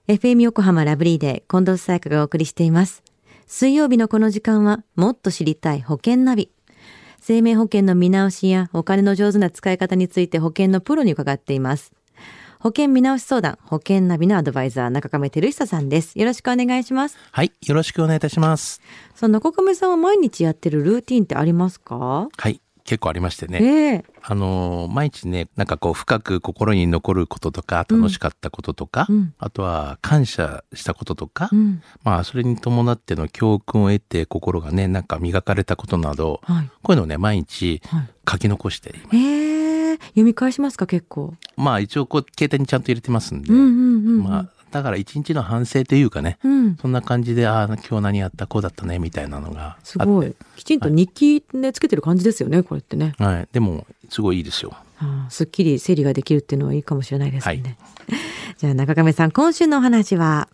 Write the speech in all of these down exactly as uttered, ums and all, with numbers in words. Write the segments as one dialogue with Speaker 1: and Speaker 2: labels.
Speaker 1: エフエム 横浜ラブリーで近藤沙耶香がお送りしています。水曜日のこの時間はもっと知りたい保険ナビ。生命保険の見直しやお金の上手な使い方について保険のプロに伺っています。保険見直し相談、保険ナビのアドバイザー、中亀照久さんです。よろしくお願いします。
Speaker 2: はい、よろしくお願いいたします。
Speaker 1: その中亀さんは毎日やってるルーティンってありますか？
Speaker 2: はい、結構ありましてね、
Speaker 1: えー、
Speaker 2: あの毎日ね、なんかこう深く心に残ることとか楽しかったこととか、うん、あとは感謝したこととか、うん、まあそれに伴っての教訓を得て心がねなんか磨かれたことなど、はい、こういうのをね毎日書き残しています。
Speaker 1: はい、えー、読み返しますか？結構。
Speaker 2: まあ一応こう携帯にちゃんと入れてますんで、
Speaker 1: うんうんうんうん、
Speaker 2: まあだから一日の反省というかね、うん、そんな感じで、ああ今日何やったこうだったねみたいなのがあって、
Speaker 1: すごいきちんと日記ね、はい、つけてる感じですよねこれってね。
Speaker 2: はい、でもすごいいいですよ。
Speaker 1: はあ、すっきり整理ができるっていうのはいいかもしれないですね。はい、じゃあ中亀さん、今週のお話は？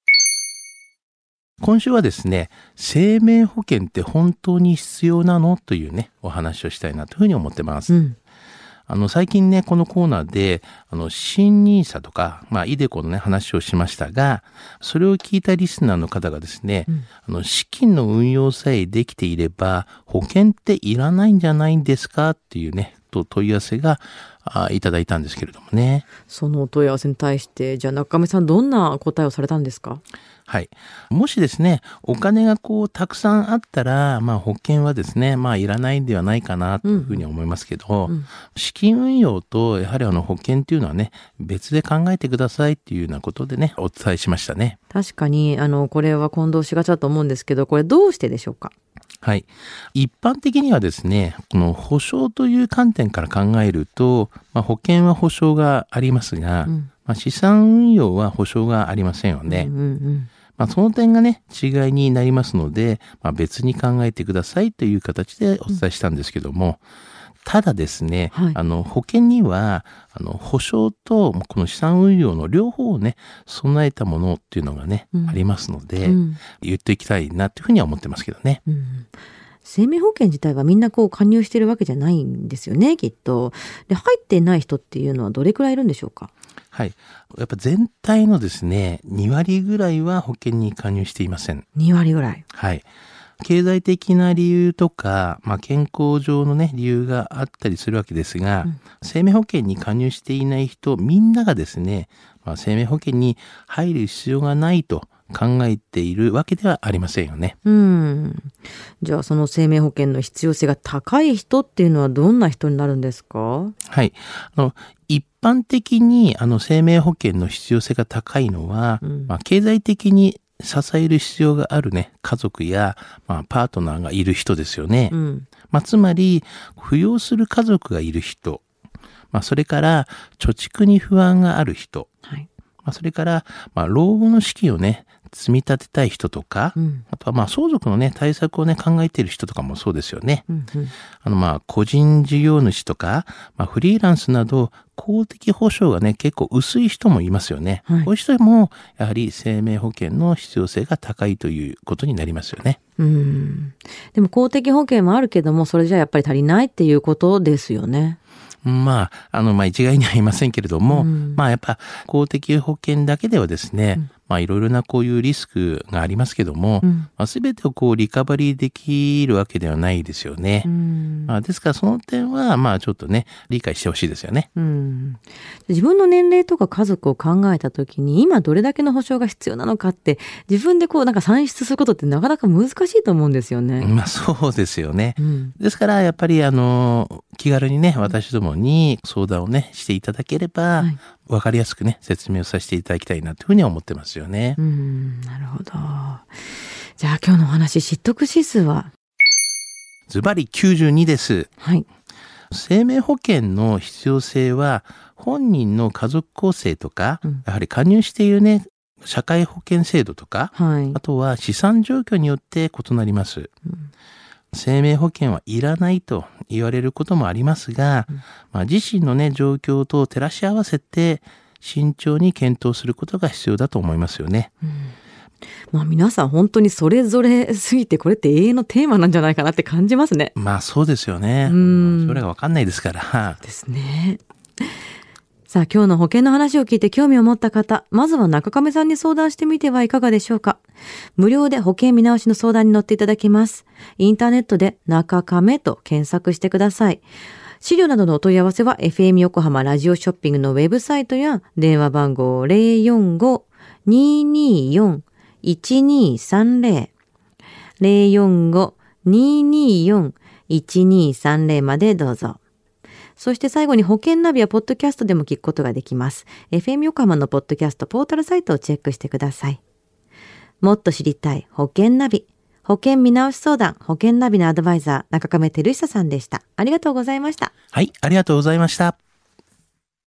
Speaker 2: 今週はですね、生命保険って本当に必要なのというねお話をしたいなというふうに思ってます。うん、あの最近ねこのコーナーであの新ニーサとか、まあ、イデコのね話をしましたが、それを聞いたリスナーの方がですね、うん、あの資金の運用さえできていれば保険っていらないんじゃないんですかっていうねと問い合わせがあいただいたんですけれどもね。
Speaker 1: そのお問い合わせに対してじゃあ中亀さんどんな答えをされたんですか？
Speaker 2: はい。もしですね、お金がこうたくさんあったら、まあ保険はですね、まあいらないんではないかなというふうに思いますけど、うんうん、資金運用とやはりあの保険っていうのはね、別で考えてくださいっていうようなことでね、お伝えしましたね。
Speaker 1: 確かに、あの、これは混同しがちだと思うんですけど、これどうしてでしょうか？
Speaker 2: はい。一般的にはですね、この保証という観点から考えると、まあ、保険は保証がありますが、うんまあ、資産運用は保証がありませんよね。うんうんうんまあ、その点がね違いになりますので、まあ、別に考えてくださいという形でお伝えしたんですけども、うん、ただですね、はい、あの保険にはあの保証とこの資産運用の両方をね備えたものっていうのがね、うん、ありますので、うん、言っていきたいなというふうには思ってますけどね。うん、
Speaker 1: 生命保険自体はみんなこう加入してるわけじゃないんですよねきっと。で入っていない人っていうのはどれくらいいるんでしょうか？
Speaker 2: はい。やっぱ全体のですね、にわりぐらいは保険に加入していません。
Speaker 1: にわりぐらい。
Speaker 2: はい。経済的な理由とか、まあ、健康上のね、理由があったりするわけですが、うん、生命保険に加入していない人、みんながですね、まあ、生命保険に入る必要がないと考えているわけではありませんよね。
Speaker 1: うん。じゃあその生命保険の必要性が高い人っていうのはどんな人になるんですか？
Speaker 2: はい。あの一般的にあの生命保険の必要性が高いのは、うんまあ、経済的に支える必要があるね家族や、まあ、パートナーがいる人ですよね。うんまあ、つまり扶養する家族がいる人、まあ、それから貯蓄に不安がある人、はいまあ、それから、まあ、老後の資金をね積み立てたい人とか、うん、あとはまあ相続のね対策をね考えている人とかもそうですよね。うんうん、あのまあ個人事業主とか、まあ、フリーランスなど公的保障がね結構薄い人もいますよね。はい、こういう人もやはり生命保険の必要性が高いということになりますよね。
Speaker 1: うんでも公的保険もあるけどもそれじゃやっぱり足りないっていうことですよね。
Speaker 2: まあ、あの、まあ、一概には言いませんけれども、うん、まあ、やっぱ、公的保険だけではですね、うん、まあ、いろいろなこういうリスクがありますけども、うん、まあ、全てをこう、リカバリーできるわけではないですよね。うんまあ、ですから、その点は、まあ、ちょっとね、理解してほしいですよね。
Speaker 1: うん、自分の年齢とか家族を考えたときに、今どれだけの保障が必要なのかって、自分でこう、なんか算出することってなかなか難しいと思うんですよね。
Speaker 2: まあ、そうですよね。うん、ですから、やっぱり、あの、気軽にね、私どもに相談をね、していただければ、はい、分かりやすくね、説明をさせていただきたいなというふうには思ってますよね。
Speaker 1: うん、なるほど。じゃあ今日のお話、知得指数は
Speaker 2: ズバリきゅうじゅうにです。はい。生命保険の必要性は、本人の家族構成とか、うん、やはり加入しているね、社会保険制度とか、はい、あとは資産状況によって異なります。うん生命保険はいらないと言われることもありますが、うんまあ、自身のね状況と照らし合わせて慎重に検討することが必要だと思いますよね。うん
Speaker 1: まあ、皆さん本当にそれぞれすぎてこれって永遠のテーマなんじゃないかなって感じますね。
Speaker 2: まあそうですよね。うんそれが分かんないですから。
Speaker 1: そうですね。 さあ、今日の保険の話を聞いて興味を持った方、まずは中亀さんに相談してみてはいかがでしょうか。無料で保険見直しの相談に乗っていただきます。インターネットで中亀と検索してください。資料などのお問い合わせは エフエム 横浜ラジオショッピングのウェブサイトや電話番号 ゼロよんご にーにーよん いちにーさんゼロ ゼロよんご にーにーよん いちにーさんゼロ までどうぞ。そして最後に保険ナビはポッドキャストでも聞くことができます。エフエム 横浜のポッドキャストポータルサイトをチェックしてください。もっと知りたい保険ナビ。保険見直し相談、保険ナビのアドバイザー、中亀照久さんでした。ありがとうございました。
Speaker 2: はい、ありがとうございました。